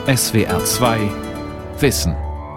SWR 2 Wissen.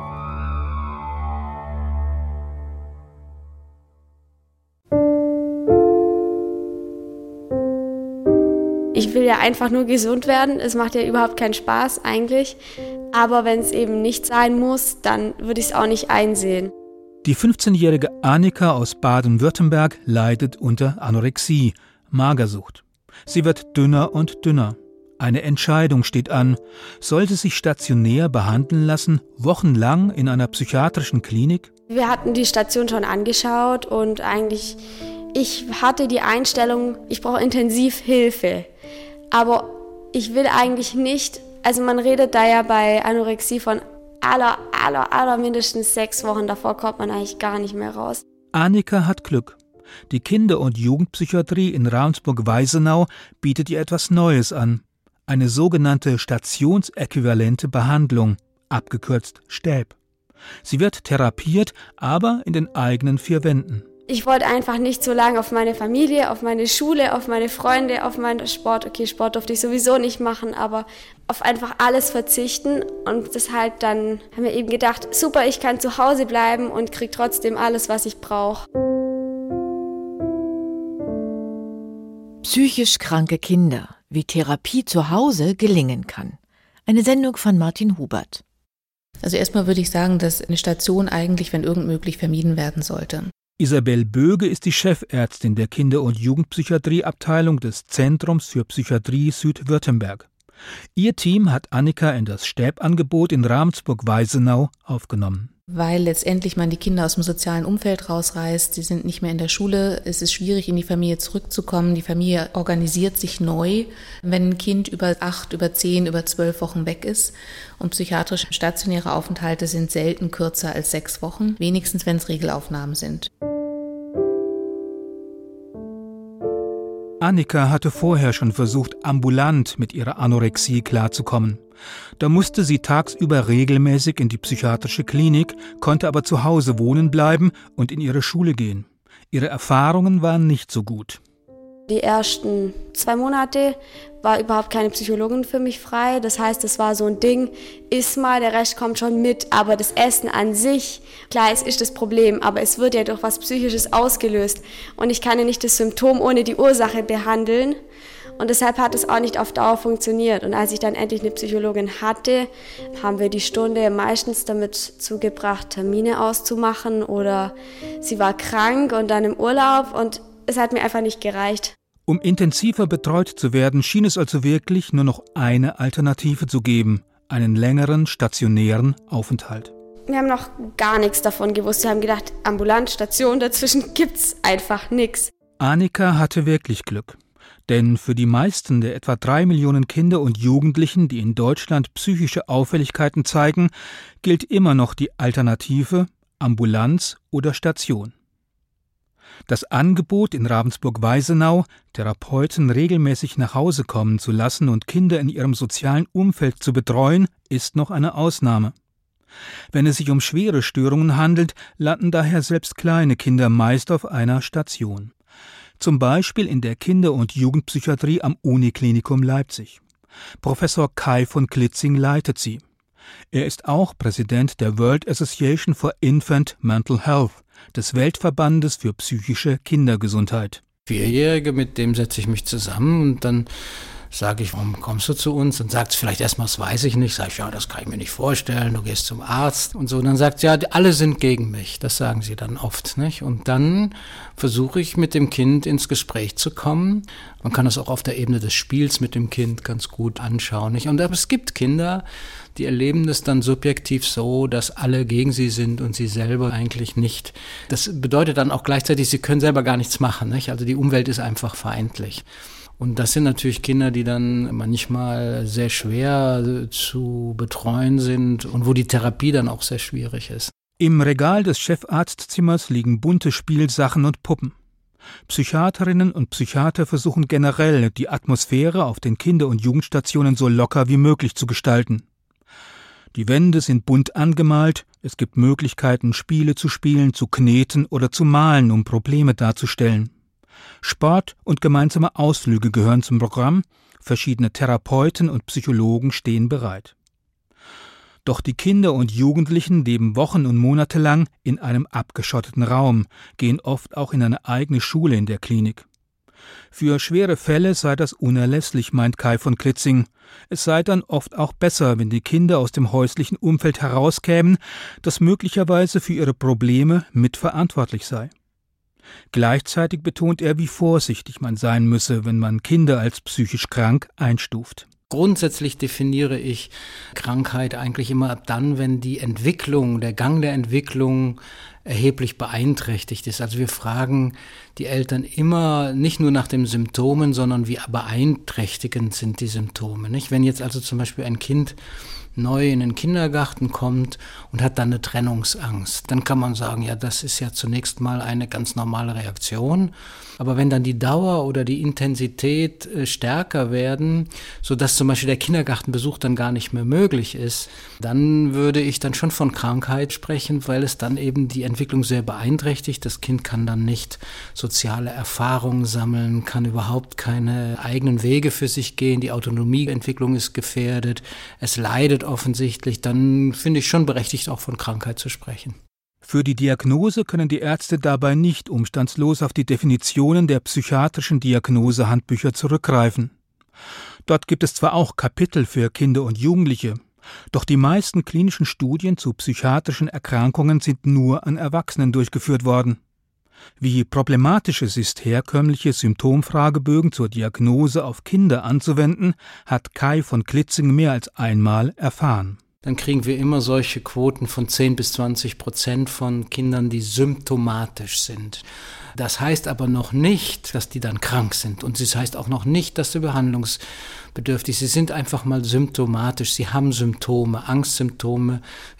Ich will ja einfach nur gesund werden. Es macht ja überhaupt keinen Spaß eigentlich. Aber wenn es eben nicht sein muss, dann würde ich es auch nicht einsehen. Die 15-jährige Annika aus Baden-Württemberg leidet unter Anorexie, Magersucht. Sie wird dünner und dünner. Eine Entscheidung steht an. Soll sie sich stationär behandeln lassen, wochenlang in einer psychiatrischen Klinik? Wir hatten die Station schon angeschaut und eigentlich, ich hatte die Einstellung, ich brauche Intensivhilfe. Aber ich will eigentlich nicht, also man redet da ja bei Anorexie von aller mindestens 6 Wochen, davor kommt man eigentlich gar nicht mehr raus. Annika hat Glück. Die Kinder- und Jugendpsychiatrie in Ravensburg-Weisenau bietet ihr etwas Neues an. Eine sogenannte stationsäquivalente Behandlung, abgekürzt STÄB. Sie wird therapiert, aber in den eigenen 4 Wänden. Ich wollte einfach nicht so lange auf meine Familie, auf meine Schule, auf meine Freunde, auf meinen Sport. Okay, Sport durfte ich sowieso nicht machen, aber auf einfach alles verzichten. Und deshalb dann haben wir eben gedacht, super, ich kann zu Hause bleiben und kriege trotzdem alles, was ich brauche. Psychisch kranke Kinder, wie Therapie zu Hause gelingen kann. Eine Sendung von Martin Hubert. Also erstmal würde ich sagen, dass eine Station eigentlich, wenn irgend möglich, vermieden werden sollte. Isabel Böge ist die Chefärztin der Kinder- und Jugendpsychiatrieabteilung des Zentrums für Psychiatrie Südwürttemberg. Ihr Team hat Annika in das STÄB-Angebot in Ravensburg-Weisenau aufgenommen. Weil letztendlich man die Kinder aus dem sozialen Umfeld rausreißt, sie sind nicht mehr in der Schule, es ist schwierig, in die Familie zurückzukommen. Die Familie organisiert sich neu, wenn ein Kind über 8, über 10, über 12 Wochen weg ist. Und psychiatrische stationäre Aufenthalte sind selten kürzer als 6 Wochen, wenigstens wenn es Regelaufnahmen sind. Annika hatte vorher schon versucht, ambulant mit ihrer Anorexie klarzukommen. Da musste sie tagsüber regelmäßig in die psychiatrische Klinik, konnte aber zu Hause wohnen bleiben und in ihre Schule gehen. Ihre Erfahrungen waren nicht so gut. Die ersten 2 Monate war überhaupt keine Psychologin für mich frei. Das heißt, es war so ein Ding, iss mal, der Rest kommt schon mit. Aber das Essen an sich, klar, es ist das Problem, aber es wird ja durch was Psychisches ausgelöst. Und ich kann ja nicht das Symptom ohne die Ursache behandeln. Und deshalb hat es auch nicht auf Dauer funktioniert. Und als ich dann endlich eine Psychologin hatte, haben wir die Stunde meistens damit zugebracht, Termine auszumachen. Oder sie war krank und dann im Urlaub und es hat mir einfach nicht gereicht. Um intensiver betreut zu werden, schien es also wirklich nur noch eine Alternative zu geben: einen längeren stationären Aufenthalt. Wir haben noch gar nichts davon gewusst. Wir haben gedacht, ambulant, Station, dazwischen gibt's einfach nichts. Annika hatte wirklich Glück. Denn für die meisten der etwa 3 Millionen Kinder und Jugendlichen, die in Deutschland psychische Auffälligkeiten zeigen, gilt immer noch die Alternative Ambulanz oder Station. Das Angebot in Ravensburg-Weisenau, Therapeuten regelmäßig nach Hause kommen zu lassen und Kinder in ihrem sozialen Umfeld zu betreuen, ist noch eine Ausnahme. Wenn es sich um schwere Störungen handelt, landen daher selbst kleine Kinder meist auf einer Station. Zum Beispiel in der Kinder- und Jugendpsychiatrie am Uniklinikum Leipzig. Professor Kai von Klitzing leitet sie. Er ist auch Präsident der World Association for Infant Mental Health, des Weltverbandes für psychische Kindergesundheit. 4-Jährige, mit dem setze ich mich zusammen und dann sage ich, warum kommst du zu uns? Und sagt vielleicht erstmal, das weiß ich nicht. Sag ich, ja, das kann ich mir nicht vorstellen, du gehst zum Arzt und so. Und dann sagt sie, ja, alle sind gegen mich. Das sagen sie dann oft, nicht? Und dann versuche ich mit dem Kind ins Gespräch zu kommen. Man kann das auch auf der Ebene des Spiels mit dem Kind ganz gut anschauen, nicht? Und aber es gibt Kinder, die erleben das dann subjektiv so, dass alle gegen sie sind und sie selber eigentlich nicht. Das bedeutet dann auch gleichzeitig, sie können selber gar nichts machen, nicht? Also die Umwelt ist einfach feindlich. Und das sind natürlich Kinder, die dann manchmal sehr schwer zu betreuen sind und wo die Therapie dann auch sehr schwierig ist. Im Regal des Chefarztzimmers liegen bunte Spielsachen und Puppen. Psychiaterinnen und Psychiater versuchen generell, die Atmosphäre auf den Kinder- und Jugendstationen so locker wie möglich zu gestalten. Die Wände sind bunt angemalt, es gibt Möglichkeiten, Spiele zu spielen, zu kneten oder zu malen, um Probleme darzustellen. Sport und gemeinsame Ausflüge gehören zum Programm, verschiedene Therapeuten und Psychologen stehen bereit. Doch die Kinder und Jugendlichen leben Wochen und Monate lang in einem abgeschotteten Raum, gehen oft auch in eine eigene Schule in der Klinik. Für schwere Fälle sei das unerlässlich, meint Kai von Klitzing. Es sei dann oft auch besser, wenn die Kinder aus dem häuslichen Umfeld herauskämen, das möglicherweise für ihre Probleme mitverantwortlich sei. Gleichzeitig betont er, wie vorsichtig man sein müsse, wenn man Kinder als psychisch krank einstuft. Grundsätzlich definiere ich Krankheit eigentlich immer ab dann, wenn die Entwicklung, der Gang der Entwicklung erheblich beeinträchtigt ist. Also wir fragen die Eltern immer nicht nur nach den Symptomen, sondern wie beeinträchtigend sind die Symptome, nicht? Wenn jetzt also zum Beispiel ein Kind neu in den Kindergarten kommt und hat dann eine Trennungsangst, dann kann man sagen, ja, das ist ja zunächst mal eine ganz normale Reaktion. Aber wenn dann die Dauer oder die Intensität stärker werden, sodass zum Beispiel der Kindergartenbesuch dann gar nicht mehr möglich ist, dann würde ich dann schon von Krankheit sprechen, weil es dann eben die Entwicklung sehr beeinträchtigt. Das Kind kann dann nicht soziale Erfahrungen sammeln, kann überhaupt keine eigenen Wege für sich gehen, die Autonomieentwicklung ist gefährdet, es leidet offensichtlich, dann finde ich schon berechtigt, auch von Krankheit zu sprechen. Für die Diagnose können die Ärzte dabei nicht umstandslos auf die Definitionen der psychiatrischen Diagnosehandbücher zurückgreifen. Dort gibt es zwar auch Kapitel für Kinder und Jugendliche, doch die meisten klinischen Studien zu psychiatrischen Erkrankungen sind nur an Erwachsenen durchgeführt worden. Wie problematisch es ist, herkömmliche Symptomfragebögen zur Diagnose auf Kinder anzuwenden, hat Kai von Klitzing mehr als einmal erfahren. Dann kriegen wir immer solche Quoten von 10-20% von Kindern, die symptomatisch sind. Das heißt aber noch nicht, dass die dann krank sind. Und das heißt auch noch nicht, dass sie behandlungsbedürftig sind. Sie sind einfach mal symptomatisch. Sie haben Symptome, Angstsymptome,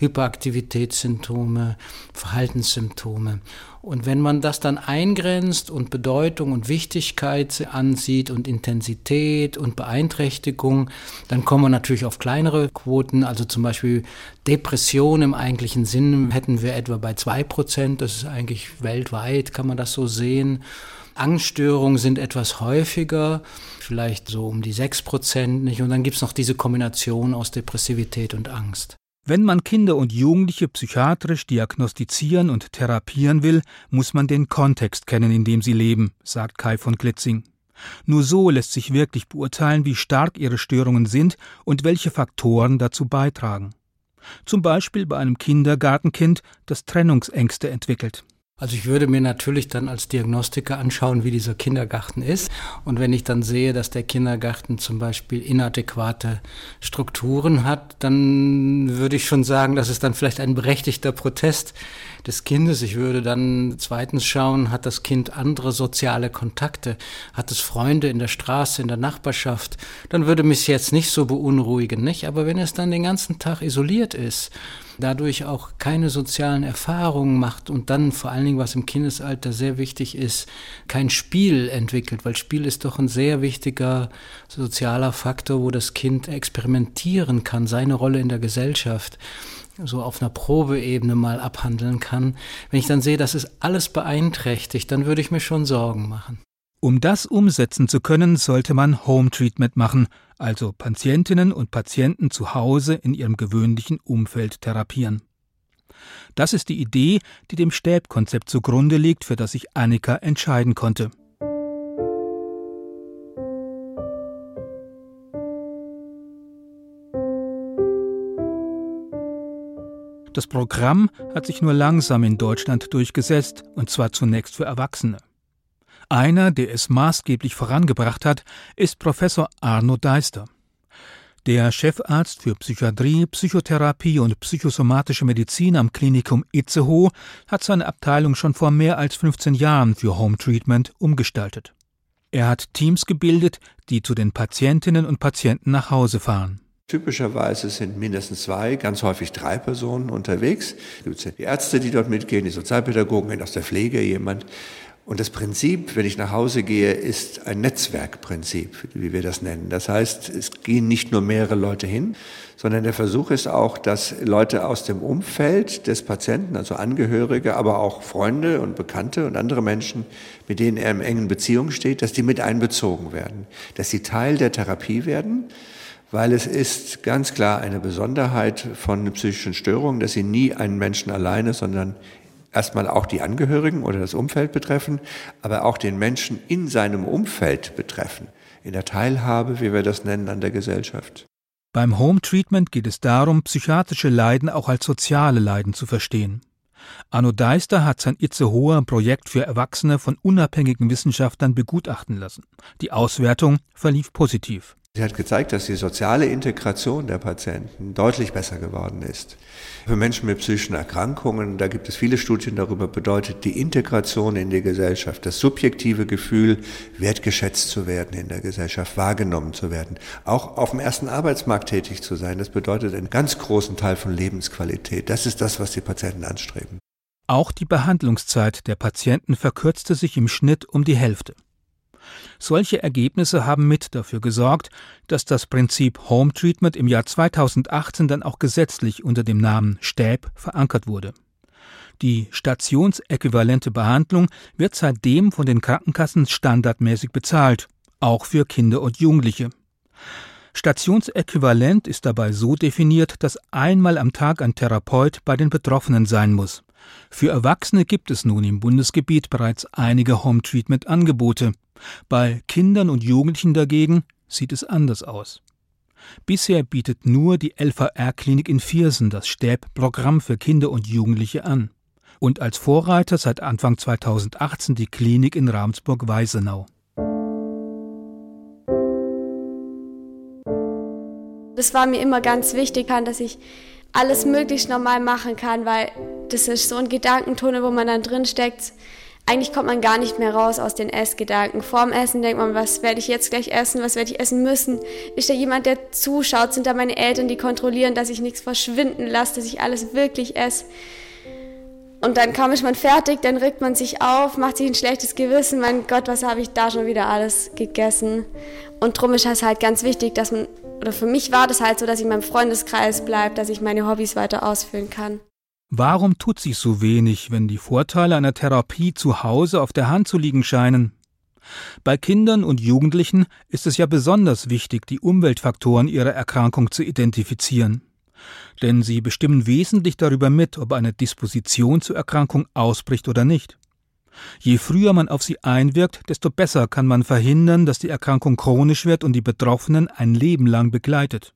Hyperaktivitätssymptome, Verhaltenssymptome. Und wenn man das dann eingrenzt und Bedeutung und Wichtigkeit ansieht und Intensität und Beeinträchtigung, dann kommen wir natürlich auf kleinere Quoten. Also zum Beispiel Depression im eigentlichen Sinn hätten wir etwa bei 2%. Das ist eigentlich weltweit, kann man das so sehen. Angststörungen sind etwas häufiger, vielleicht so um die 6%, nicht? Und dann gibt es noch diese Kombination aus Depressivität und Angst. Wenn man Kinder und Jugendliche psychiatrisch diagnostizieren und therapieren will, muss man den Kontext kennen, in dem sie leben, sagt Kai von Klitzing. Nur so lässt sich wirklich beurteilen, wie stark ihre Störungen sind und welche Faktoren dazu beitragen. Zum Beispiel bei einem Kindergartenkind, das Trennungsängste entwickelt. Also ich würde mir natürlich dann als Diagnostiker anschauen, wie dieser Kindergarten ist. Und wenn ich dann sehe, dass der Kindergarten zum Beispiel inadäquate Strukturen hat, dann würde ich schon sagen, das ist dann vielleicht ein berechtigter Protest des Kindes. Ich würde dann zweitens schauen, hat das Kind andere soziale Kontakte? Hat es Freunde in der Straße, in der Nachbarschaft? Dann würde mich jetzt nicht so beunruhigen, nicht? Aber wenn es dann den ganzen Tag isoliert ist, dadurch auch keine sozialen Erfahrungen macht und dann vor allen Dingen, was im Kindesalter sehr wichtig ist, kein Spiel entwickelt, weil Spiel ist doch ein sehr wichtiger sozialer Faktor, wo das Kind experimentieren kann, seine Rolle in der Gesellschaft so auf einer Probeebene mal abhandeln kann. Wenn ich dann sehe, das ist alles beeinträchtigt, dann würde ich mir schon Sorgen machen. Um das umsetzen zu können, sollte man Home Treatment machen, also Patientinnen und Patienten zu Hause in ihrem gewöhnlichen Umfeld therapieren. Das ist die Idee, die dem Stäb-Konzept zugrunde liegt, für das sich Annika entscheiden konnte. Das Programm hat sich nur langsam in Deutschland durchgesetzt, und zwar zunächst für Erwachsene. Einer, der es maßgeblich vorangebracht hat, ist Professor Arno Deister. Der Chefarzt für Psychiatrie, Psychotherapie und psychosomatische Medizin am Klinikum Itzehoe hat seine Abteilung schon vor mehr als 15 Jahren für Home Treatment umgestaltet. Er hat Teams gebildet, die zu den Patientinnen und Patienten nach Hause fahren. Typischerweise sind mindestens 2, ganz häufig 3 Personen unterwegs. Es gibt die Ärzte, die dort mitgehen, die Sozialpädagogen, wenn aus der Pflege jemand. Und das Prinzip, wenn ich nach Hause gehe, ist ein Netzwerkprinzip, wie wir das nennen. Das heißt, es gehen nicht nur mehrere Leute hin, sondern der Versuch ist auch, dass Leute aus dem Umfeld des Patienten, also Angehörige, aber auch Freunde und Bekannte und andere Menschen, mit denen er in engen Beziehung steht, dass die mit einbezogen werden, dass sie Teil der Therapie werden. weil es ist ganz klar eine Besonderheit von psychischen Störungen, dass sie nie einen Menschen alleine, sondern erstmal auch die Angehörigen oder das Umfeld betreffen, aber auch den Menschen in seinem Umfeld betreffen, in der Teilhabe, wie wir das nennen, an der Gesellschaft. Beim Home Treatment geht es darum, psychiatrische Leiden auch als soziale Leiden zu verstehen. Arno Deister hat sein Itzehoer-Projekt für Erwachsene von unabhängigen Wissenschaftlern begutachten lassen. Die Auswertung verlief positiv. Sie hat gezeigt, dass die soziale Integration der Patienten deutlich besser geworden ist. Für Menschen mit psychischen Erkrankungen, da gibt es viele Studien darüber, bedeutet die Integration in die Gesellschaft, das subjektive Gefühl, wertgeschätzt zu werden in der Gesellschaft, wahrgenommen zu werden, auch auf dem ersten Arbeitsmarkt tätig zu sein. Das bedeutet einen ganz großen Teil von Lebensqualität. Das ist das, was die Patienten anstreben. Auch die Behandlungszeit der Patienten verkürzte sich im Schnitt um die Hälfte. Solche Ergebnisse haben mit dafür gesorgt, dass das Prinzip Home Treatment im Jahr 2018 dann auch gesetzlich unter dem Namen STÄB verankert wurde. Die stationsäquivalente Behandlung wird seitdem von den Krankenkassen standardmäßig bezahlt, auch für Kinder und Jugendliche. Stationsäquivalent ist dabei so definiert, dass einmal am Tag ein Therapeut bei den Betroffenen sein muss. Für Erwachsene gibt es nun im Bundesgebiet bereits einige Home-Treatment-Angebote. Bei Kindern und Jugendlichen dagegen sieht es anders aus. Bisher bietet nur die LVR-Klinik in Viersen das STÄB-Programm für Kinder und Jugendliche an. Und als Vorreiter seit Anfang 2018 die Klinik in Ravensburg-Weisenau. Das war mir immer ganz wichtig, dass ich alles möglichst normal machen kann, weil das ist so ein Gedankentunnel, wo man dann drin steckt. Eigentlich kommt man gar nicht mehr raus aus den Essgedanken. Vorm Essen denkt man, was werde ich jetzt gleich essen, was werde ich essen müssen? Ist da jemand, der zuschaut? Sind da meine Eltern, die kontrollieren, dass ich nichts verschwinden lasse, dass ich alles wirklich esse? Und dann kaum ist man fertig, dann regt man sich auf, macht sich ein schlechtes Gewissen. Mein Gott, was habe ich da schon wieder alles gegessen? Und darum ist es halt ganz wichtig, dass man, oder für mich war das halt so, dass ich in meinem Freundeskreis bleibe, dass ich meine Hobbys weiter ausführen kann. Warum tut sich so wenig, wenn die Vorteile einer Therapie zu Hause auf der Hand zu liegen scheinen? Bei Kindern und Jugendlichen ist es ja besonders wichtig, die Umweltfaktoren ihrer Erkrankung zu identifizieren. Denn sie bestimmen wesentlich darüber mit, ob eine Disposition zur Erkrankung ausbricht oder nicht. Je früher man auf sie einwirkt, desto besser kann man verhindern, dass die Erkrankung chronisch wird und die Betroffenen ein Leben lang begleitet.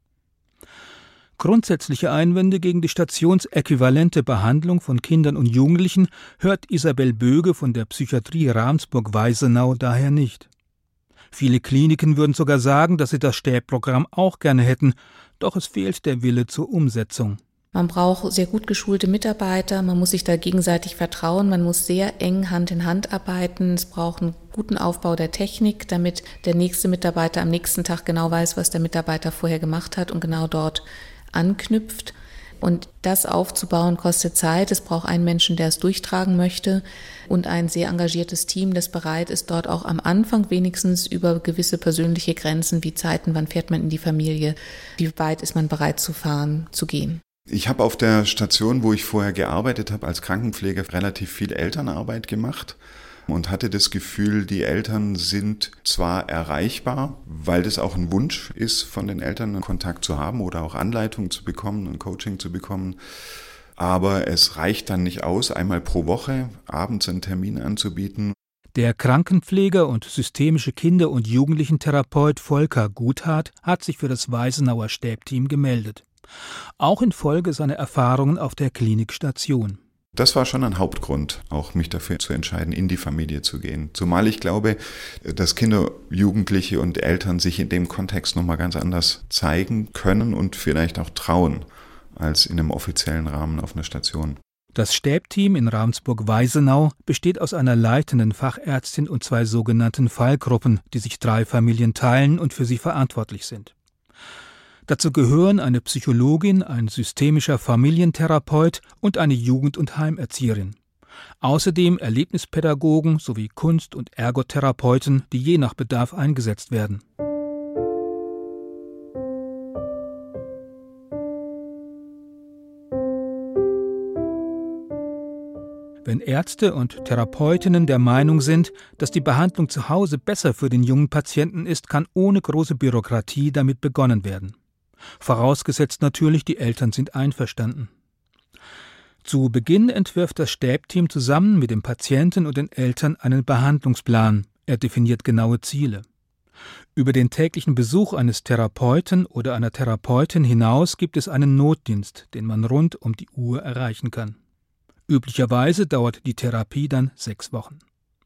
Grundsätzliche Einwände gegen die stationsäquivalente Behandlung von Kindern und Jugendlichen hört Isabel Böge von der Psychiatrie Ravensburg-Weisenau daher nicht. Viele Kliniken würden sogar sagen, dass sie das STÄB-Programm auch gerne hätten, doch es fehlt der Wille zur Umsetzung. Man braucht sehr gut geschulte Mitarbeiter, man muss sich da gegenseitig vertrauen, man muss sehr eng Hand in Hand arbeiten. Es braucht einen guten Aufbau der Technik, damit der nächste Mitarbeiter am nächsten Tag genau weiß, was der Mitarbeiter vorher gemacht hat und genau dort anknüpft. Und das aufzubauen kostet Zeit. Es braucht einen Menschen, der es durchtragen möchte und ein sehr engagiertes Team, das bereit ist, dort auch am Anfang wenigstens über gewisse persönliche Grenzen wie Zeiten, wann fährt man in die Familie, wie weit ist man bereit zu fahren, zu gehen. Ich habe auf der Station, wo ich vorher gearbeitet habe, als Krankenpfleger relativ viel Elternarbeit gemacht und hatte das Gefühl, die Eltern sind zwar erreichbar, weil das auch ein Wunsch ist, von den Eltern einen Kontakt zu haben oder auch Anleitung zu bekommen, ein Coaching zu bekommen, aber es reicht dann nicht aus, einmal pro Woche abends einen Termin anzubieten. Der Krankenpfleger und systemische Kinder- und Jugendlichentherapeut Volker Guthardt hat sich für das Weisenauer STÄB-Team gemeldet. Auch infolge seiner Erfahrungen auf der Klinikstation. Das war schon ein Hauptgrund, auch mich dafür zu entscheiden, in die Familie zu gehen. Zumal ich glaube, dass Kinder, Jugendliche und Eltern sich in dem Kontext nochmal ganz anders zeigen können und vielleicht auch trauen, als in einem offiziellen Rahmen auf einer Station. Das STÄB-Team in Ravensburg-Weisenau besteht aus einer leitenden Fachärztin und 2 sogenannten Fallgruppen, die sich 3 Familien teilen und für sie verantwortlich sind. Dazu gehören eine Psychologin, ein systemischer Familientherapeut und eine Jugend- und Heimerzieherin. Außerdem Erlebnispädagogen sowie Kunst- und Ergotherapeuten, die je nach Bedarf eingesetzt werden. Wenn Ärzte und Therapeutinnen der Meinung sind, dass die Behandlung zu Hause besser für den jungen Patienten ist, kann ohne große Bürokratie damit begonnen werden. Vorausgesetzt natürlich, die Eltern sind einverstanden. Zu Beginn entwirft das Stäbteam zusammen mit dem Patienten und den Eltern einen Behandlungsplan. Er definiert genaue Ziele. Über den täglichen Besuch eines Therapeuten oder einer Therapeutin hinaus gibt es einen Notdienst, den man rund um die Uhr erreichen kann. Üblicherweise dauert die Therapie dann 6 Wochen.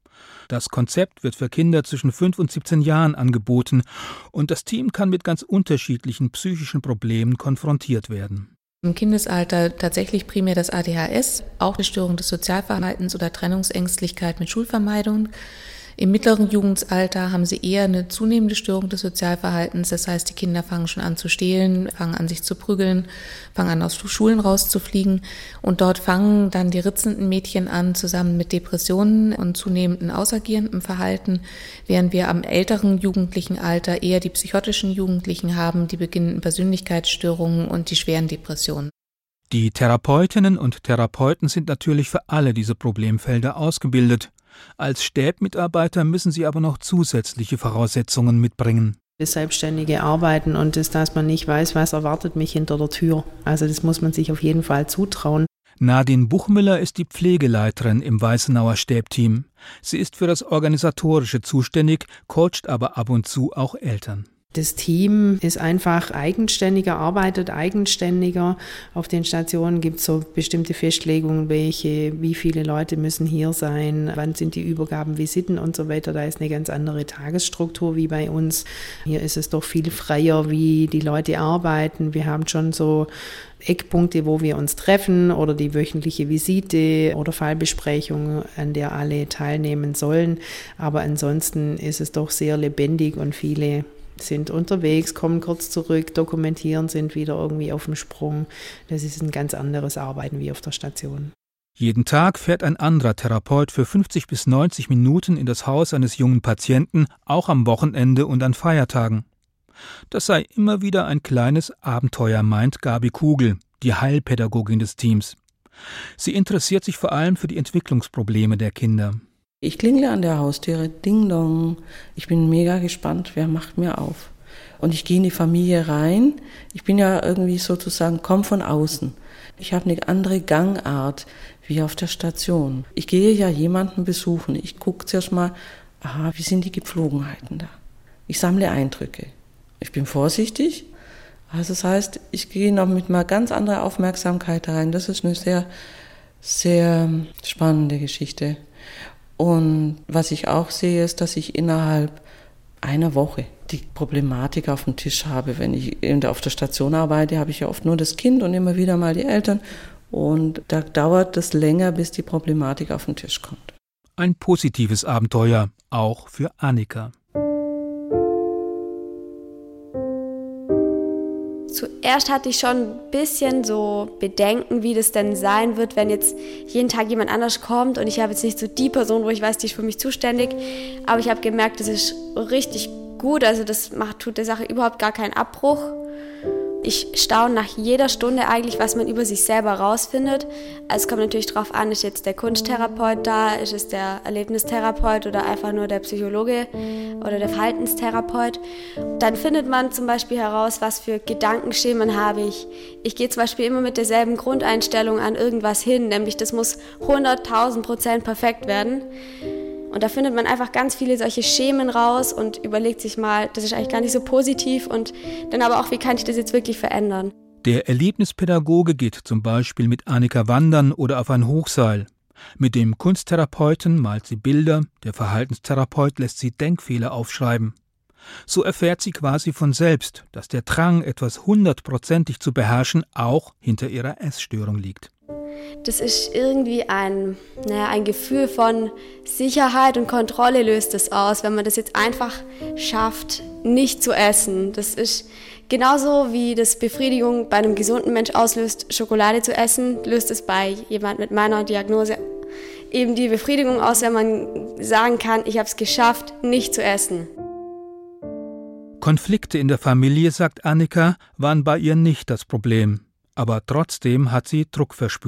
Das Konzept wird für Kinder zwischen 5 und 17 Jahren angeboten und das Team kann mit ganz unterschiedlichen psychischen Problemen konfrontiert werden. Im Kindesalter tatsächlich primär das ADHS, auch die Störung des Sozialverhaltens oder Trennungsängstlichkeit mit Schulvermeidung. Im mittleren Jugendalter haben sie eher eine zunehmende Störung des Sozialverhaltens. Das heißt, die Kinder fangen schon an zu stehlen, fangen an sich zu prügeln, fangen an aus Schulen rauszufliegen. Und dort fangen dann die ritzenden Mädchen an, zusammen mit Depressionen und zunehmendem ausagierendem Verhalten, während wir am älteren jugendlichen Alter eher die psychotischen Jugendlichen haben, die beginnenden Persönlichkeitsstörungen und die schweren Depressionen. Die Therapeutinnen und Therapeuten sind natürlich für alle diese Problemfelder ausgebildet. Als Stäbmitarbeiter müssen sie aber noch zusätzliche Voraussetzungen mitbringen. Das selbstständige Arbeiten und das, dass man nicht weiß, was erwartet mich hinter der Tür. Also das muss man sich auf jeden Fall zutrauen. Nadine Buchmüller ist die Pflegeleiterin im Weißenauer Stäbteam. Sie ist für das Organisatorische zuständig, coacht aber ab und zu auch Eltern. Das Team ist einfach eigenständiger, arbeitet eigenständiger. Auf den Stationen gibt es so bestimmte Festlegungen, wie viele Leute müssen hier sein, wann sind die Übergaben, Visiten und so weiter. Da ist eine ganz andere Tagesstruktur wie bei uns. Hier ist es doch viel freier, wie die Leute arbeiten. Wir haben schon so Eckpunkte, wo wir uns treffen oder die wöchentliche Visite oder Fallbesprechung, an der alle teilnehmen sollen. Aber ansonsten ist es doch sehr lebendig und viele sind unterwegs, kommen kurz zurück, dokumentieren, sind wieder irgendwie auf dem Sprung. Das ist ein ganz anderes Arbeiten wie auf der Station. Jeden Tag fährt ein anderer Therapeut für 50 bis 90 Minuten in das Haus eines jungen Patienten, auch am Wochenende und an Feiertagen. Das sei immer wieder ein kleines Abenteuer, meint Gabi Kugel, die Heilpädagogin des Teams. Sie interessiert sich vor allem für die Entwicklungsprobleme der Kinder. Ich klingle an der Haustüre, Ding Dong. Ich bin mega gespannt, wer macht mir auf. Und ich gehe in die Familie rein. Ich bin ja irgendwie sozusagen, komm von außen. Ich habe eine andere Gangart wie auf der Station. Ich gehe ja jemanden besuchen. Ich gucke zuerst mal, wie sind die Gepflogenheiten da? Ich sammle Eindrücke. Ich bin vorsichtig. Also das heißt, ich gehe noch mit einer ganz anderen Aufmerksamkeit rein. Das ist eine sehr, sehr spannende Geschichte. Und was ich auch sehe, ist, dass ich innerhalb einer Woche die Problematik auf dem Tisch habe. Wenn ich auf der Station arbeite, habe ich ja oft nur das Kind und immer wieder mal die Eltern. Und da dauert es länger, bis die Problematik auf den Tisch kommt. Ein positives Abenteuer, auch für Annika. Zuerst hatte ich schon ein bisschen so Bedenken, wie das denn sein wird, wenn jetzt jeden Tag jemand anders kommt und ich habe jetzt nicht so die Person, wo ich weiß, die ist für mich zuständig, aber ich habe gemerkt, das ist richtig gut, also das tut der Sache überhaupt gar keinen Abbruch. Ich staune nach jeder Stunde eigentlich, was man über sich selber rausfindet. Also es kommt natürlich darauf an, ist jetzt der Kunsttherapeut da, ist es der Erlebnistherapeut oder einfach nur der Psychologe oder der Verhaltenstherapeut. Dann findet man zum Beispiel heraus, was für Gedankenschemen habe ich. Ich gehe zum Beispiel immer mit derselben Grundeinstellung an irgendwas hin, nämlich das muss 100.000% perfekt werden. Und da findet man einfach ganz viele solche Schemen raus und überlegt sich mal, das ist eigentlich gar nicht so positiv und dann aber auch, wie kann ich das jetzt wirklich verändern? Der Erlebnispädagoge geht zum Beispiel mit Annika wandern oder auf ein Hochseil. Mit dem Kunsttherapeuten malt sie Bilder, der Verhaltenstherapeut lässt sie Denkfehler aufschreiben. So erfährt sie quasi von selbst, dass der Drang, etwas 100%ig zu beherrschen, auch hinter ihrer Essstörung liegt. Das ist irgendwie ein Gefühl von Sicherheit und Kontrolle löst es aus, wenn man das jetzt einfach schafft, nicht zu essen. Das ist genauso wie das Befriedigung bei einem gesunden Mensch auslöst, Schokolade zu essen, löst es bei jemand mit meiner Diagnose eben die Befriedigung aus, wenn man sagen kann, ich habe es geschafft, nicht zu essen. Konflikte in der Familie, sagt Annika, waren bei ihr nicht das Problem. Aber trotzdem hat sie Druck verspürt.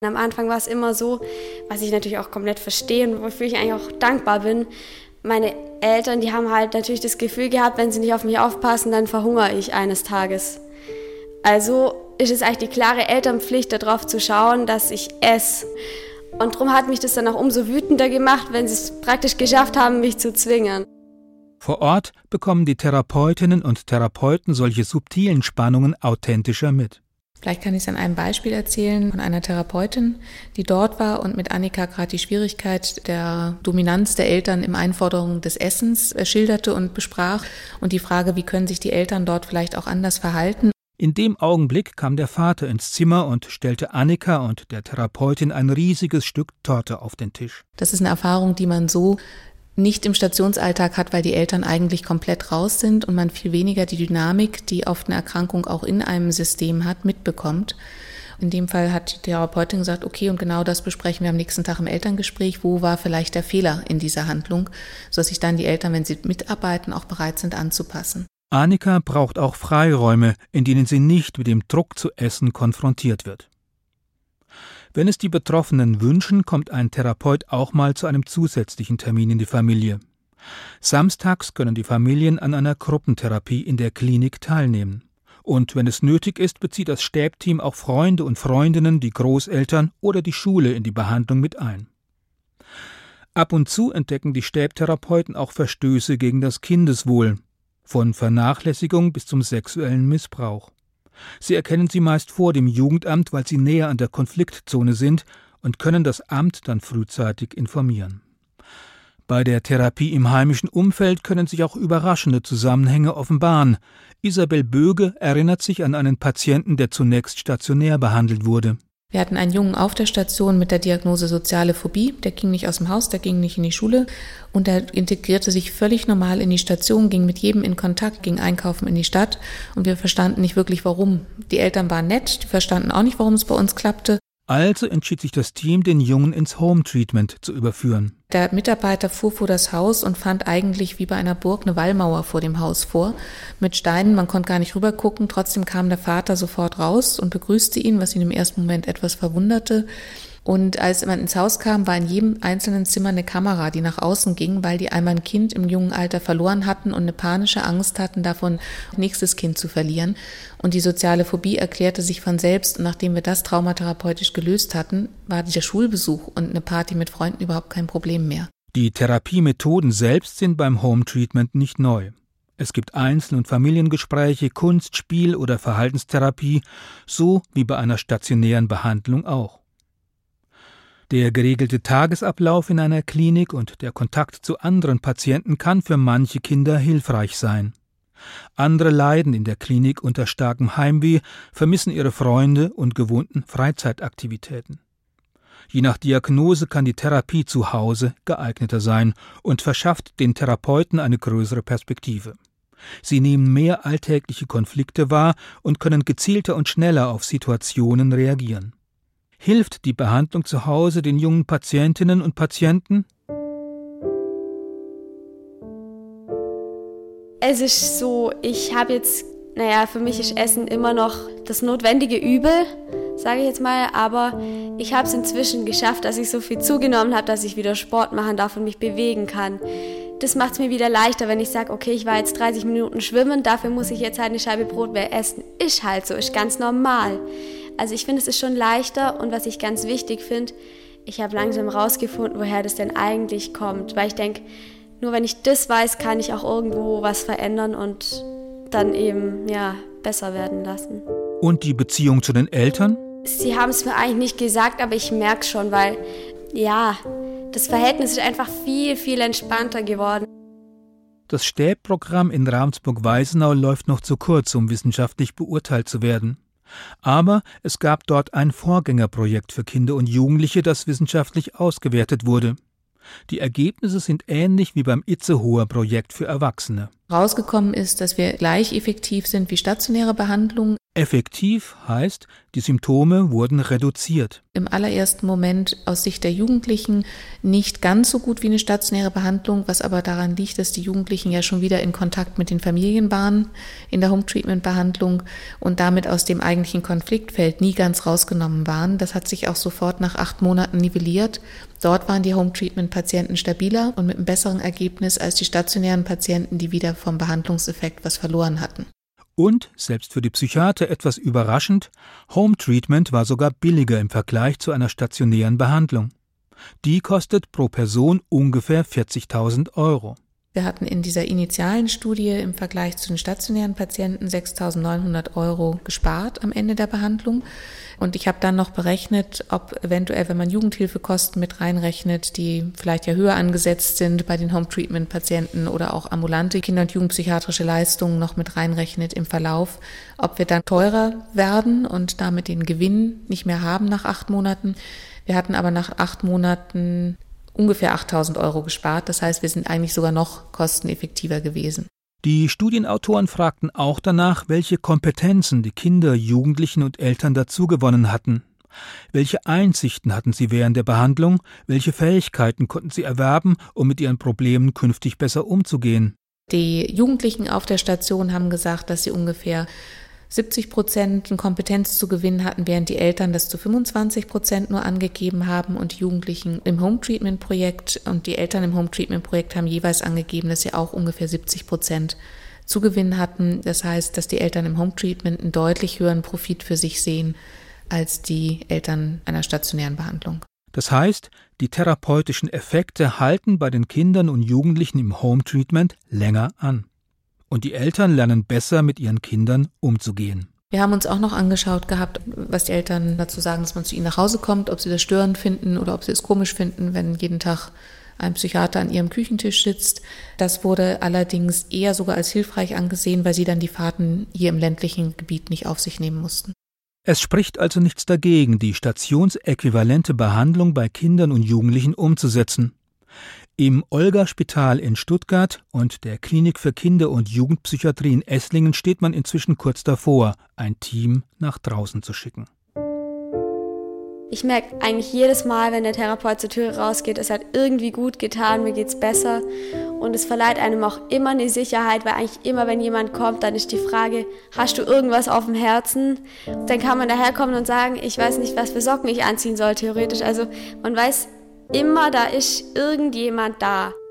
Am Anfang war es immer so, was ich natürlich auch komplett verstehe und wofür ich eigentlich auch dankbar bin. Meine Eltern, die haben halt natürlich das Gefühl gehabt, wenn sie nicht auf mich aufpassen, dann verhungere ich eines Tages. Also ist es eigentlich die klare Elternpflicht, darauf zu schauen, dass ich esse. Und darum hat mich das dann auch umso wütender gemacht, wenn sie es praktisch geschafft haben, mich zu zwingen. Vor Ort bekommen die Therapeutinnen und Therapeuten solche subtilen Spannungen authentischer mit. Vielleicht kann ich es an einem Beispiel erzählen von einer Therapeutin, die dort war und mit Annika gerade die Schwierigkeit der Dominanz der Eltern im Einforderung des Essens schilderte und besprach und die Frage, wie können sich die Eltern dort vielleicht auch anders verhalten. In dem Augenblick kam der Vater ins Zimmer und stellte Annika und der Therapeutin ein riesiges Stück Torte auf den Tisch. Das ist eine Erfahrung, die man so nicht im Stationsalltag hat, weil die Eltern eigentlich komplett raus sind und man viel weniger die Dynamik, die oft eine Erkrankung auch in einem System hat, mitbekommt. In dem Fall hat die Therapeutin gesagt, okay, und genau das besprechen wir am nächsten Tag im Elterngespräch. Wo war vielleicht der Fehler in dieser Handlung, sodass sich dann die Eltern, wenn sie mitarbeiten, auch bereit sind anzupassen. Annika braucht auch Freiräume, in denen sie nicht mit dem Druck zu essen konfrontiert wird. Wenn es die Betroffenen wünschen, kommt ein Therapeut auch mal zu einem zusätzlichen Termin in die Familie. Samstags können die Familien an einer Gruppentherapie in der Klinik teilnehmen. Und wenn es nötig ist, bezieht das Stäbteam auch Freunde und Freundinnen, die Großeltern oder die Schule in die Behandlung mit ein. Ab und zu entdecken die Stäbtherapeuten auch Verstöße gegen das Kindeswohl, von Vernachlässigung bis zum sexuellen Missbrauch. Sie erkennen sie meist vor dem Jugendamt, weil sie näher an der Konfliktzone sind und können das Amt dann frühzeitig informieren. Bei der Therapie im heimischen Umfeld können sich auch überraschende Zusammenhänge offenbaren. Isabel Böge erinnert sich an einen Patienten, der zunächst stationär behandelt wurde. Wir hatten einen Jungen auf der Station mit der Diagnose soziale Phobie. Der ging nicht aus dem Haus, der ging nicht in die Schule und der integrierte sich völlig normal in die Station, ging mit jedem in Kontakt, ging einkaufen in die Stadt und wir verstanden nicht wirklich, warum. Die Eltern waren nett, die verstanden auch nicht, warum es bei uns klappte. Also entschied sich das Team, den Jungen ins Home Treatment zu überführen. Der Mitarbeiter fuhr vor das Haus und fand eigentlich wie bei einer Burg eine Wallmauer vor dem Haus vor, mit Steinen, man konnte gar nicht rüber gucken. Trotzdem kam der Vater sofort raus und begrüßte ihn, was ihn im ersten Moment etwas verwunderte. Und als man ins Haus kam, war in jedem einzelnen Zimmer eine Kamera, die nach außen ging, weil die einmal ein Kind im jungen Alter verloren hatten und eine panische Angst hatten, davon nächstes Kind zu verlieren. Und die soziale Phobie erklärte sich von selbst. Und nachdem wir das traumatherapeutisch gelöst hatten, war der Schulbesuch und eine Party mit Freunden überhaupt kein Problem mehr. Die Therapiemethoden selbst sind beim Home Treatment nicht neu. Es gibt Einzel- und Familiengespräche, Kunst-, Spiel- oder Verhaltenstherapie, so wie bei einer stationären Behandlung auch. Der geregelte Tagesablauf in einer Klinik und der Kontakt zu anderen Patienten kann für manche Kinder hilfreich sein. Andere leiden in der Klinik unter starkem Heimweh, vermissen ihre Freunde und gewohnten Freizeitaktivitäten. Je nach Diagnose kann die Therapie zu Hause geeigneter sein und verschafft den Therapeuten eine größere Perspektive. Sie nehmen mehr alltägliche Konflikte wahr und können gezielter und schneller auf Situationen reagieren. Hilft die Behandlung zu Hause den jungen Patientinnen und Patienten? Es ist so, für mich ist Essen immer noch das notwendige Übel, sage ich jetzt mal, aber ich habe es inzwischen geschafft, dass ich so viel zugenommen habe, dass ich wieder Sport machen darf und mich bewegen kann. Das macht es mir wieder leichter, wenn ich sage, okay, ich war jetzt 30 Minuten schwimmen, dafür muss ich jetzt halt eine Scheibe Brot mehr essen. Ist halt so, ist ganz normal. Also ich finde, es ist schon leichter und was ich ganz wichtig finde, ich habe langsam rausgefunden, woher das denn eigentlich kommt, weil ich denke, nur wenn ich das weiß, kann ich auch irgendwo was verändern und dann eben, besser werden lassen. Und die Beziehung zu den Eltern? Sie haben es mir eigentlich nicht gesagt, aber ich merke es schon, weil, das Verhältnis ist einfach viel, viel entspannter geworden. Das Stäbprogramm in Ravensburg-Weisenau läuft noch zu kurz, um wissenschaftlich beurteilt zu werden. Aber es gab dort ein Vorgängerprojekt für Kinder und Jugendliche, das wissenschaftlich ausgewertet wurde. Die Ergebnisse sind ähnlich wie beim Itzehoer Projekt für Erwachsene. Rausgekommen ist, dass wir gleich effektiv sind wie stationäre Behandlung. Effektiv heißt, die Symptome wurden reduziert. Im allerersten Moment aus Sicht der Jugendlichen nicht ganz so gut wie eine stationäre Behandlung, was aber daran liegt, dass die Jugendlichen ja schon wieder in Kontakt mit den Familien waren in der Home-Treatment-Behandlung und damit aus dem eigentlichen Konfliktfeld nie ganz rausgenommen waren. Das hat sich auch sofort nach 8 Monaten nivelliert. Dort waren die Home-Treatment-Patienten stabiler und mit einem besseren Ergebnis als die stationären Patienten, die wieder vom Behandlungseffekt was verloren hatten. Und, selbst für die Psychiater etwas überraschend, Home Treatment war sogar billiger im Vergleich zu einer stationären Behandlung. Die kostet pro Person ungefähr 40.000 €. Wir hatten in dieser initialen Studie im Vergleich zu den stationären Patienten 6.900 € gespart am Ende der Behandlung. Und ich habe dann noch berechnet, ob eventuell, wenn man Jugendhilfekosten mit reinrechnet, die vielleicht ja höher angesetzt sind bei den Home-Treatment-Patienten oder auch ambulante Kinder- und Jugendpsychiatrische Leistungen noch mit reinrechnet im Verlauf, ob wir dann teurer werden und damit den Gewinn nicht mehr haben nach 8 Monaten. Wir hatten aber nach 8 Monaten ungefähr 8.000 € gespart. Das heißt, wir sind eigentlich sogar noch kosteneffektiver gewesen. Die Studienautoren fragten auch danach, welche Kompetenzen die Kinder, Jugendlichen und Eltern dazugewonnen hatten. Welche Einsichten hatten sie während der Behandlung? Welche Fähigkeiten konnten sie erwerben, um mit ihren Problemen künftig besser umzugehen? Die Jugendlichen auf der Station haben gesagt, dass sie ungefähr 70% an Kompetenz zu gewinnen hatten, während die Eltern das zu 25% nur angegeben haben und die Jugendlichen im Home-Treatment-Projekt und die Eltern im Home-Treatment-Projekt haben jeweils angegeben, dass sie auch ungefähr 70% zu gewinnen hatten. Das heißt, dass die Eltern im Home-Treatment einen deutlich höheren Profit für sich sehen als die Eltern einer stationären Behandlung. Das heißt, die therapeutischen Effekte halten bei den Kindern und Jugendlichen im Home-Treatment länger an. Und die Eltern lernen besser, mit ihren Kindern umzugehen. Wir haben uns auch noch angeschaut gehabt, was die Eltern dazu sagen, dass man zu ihnen nach Hause kommt, ob sie das störend finden oder ob sie es komisch finden, wenn jeden Tag ein Psychiater an ihrem Küchentisch sitzt. Das wurde allerdings eher sogar als hilfreich angesehen, weil sie dann die Fahrten hier im ländlichen Gebiet nicht auf sich nehmen mussten. Es spricht also nichts dagegen, die stationsäquivalente Behandlung bei Kindern und Jugendlichen umzusetzen. Im Olga-Spital in Stuttgart und der Klinik für Kinder- und Jugendpsychiatrie in Esslingen steht man inzwischen kurz davor, ein Team nach draußen zu schicken. Ich merke eigentlich jedes Mal, wenn der Therapeut zur Tür rausgeht, es hat irgendwie gut getan, mir geht's besser. Und es verleiht einem auch immer eine Sicherheit, weil eigentlich immer, wenn jemand kommt, dann ist die Frage, hast du irgendwas auf dem Herzen? Dann kann man daherkommen und sagen, ich weiß nicht, was für Socken ich anziehen soll, theoretisch. Also man weiß immer, da ist irgendjemand da.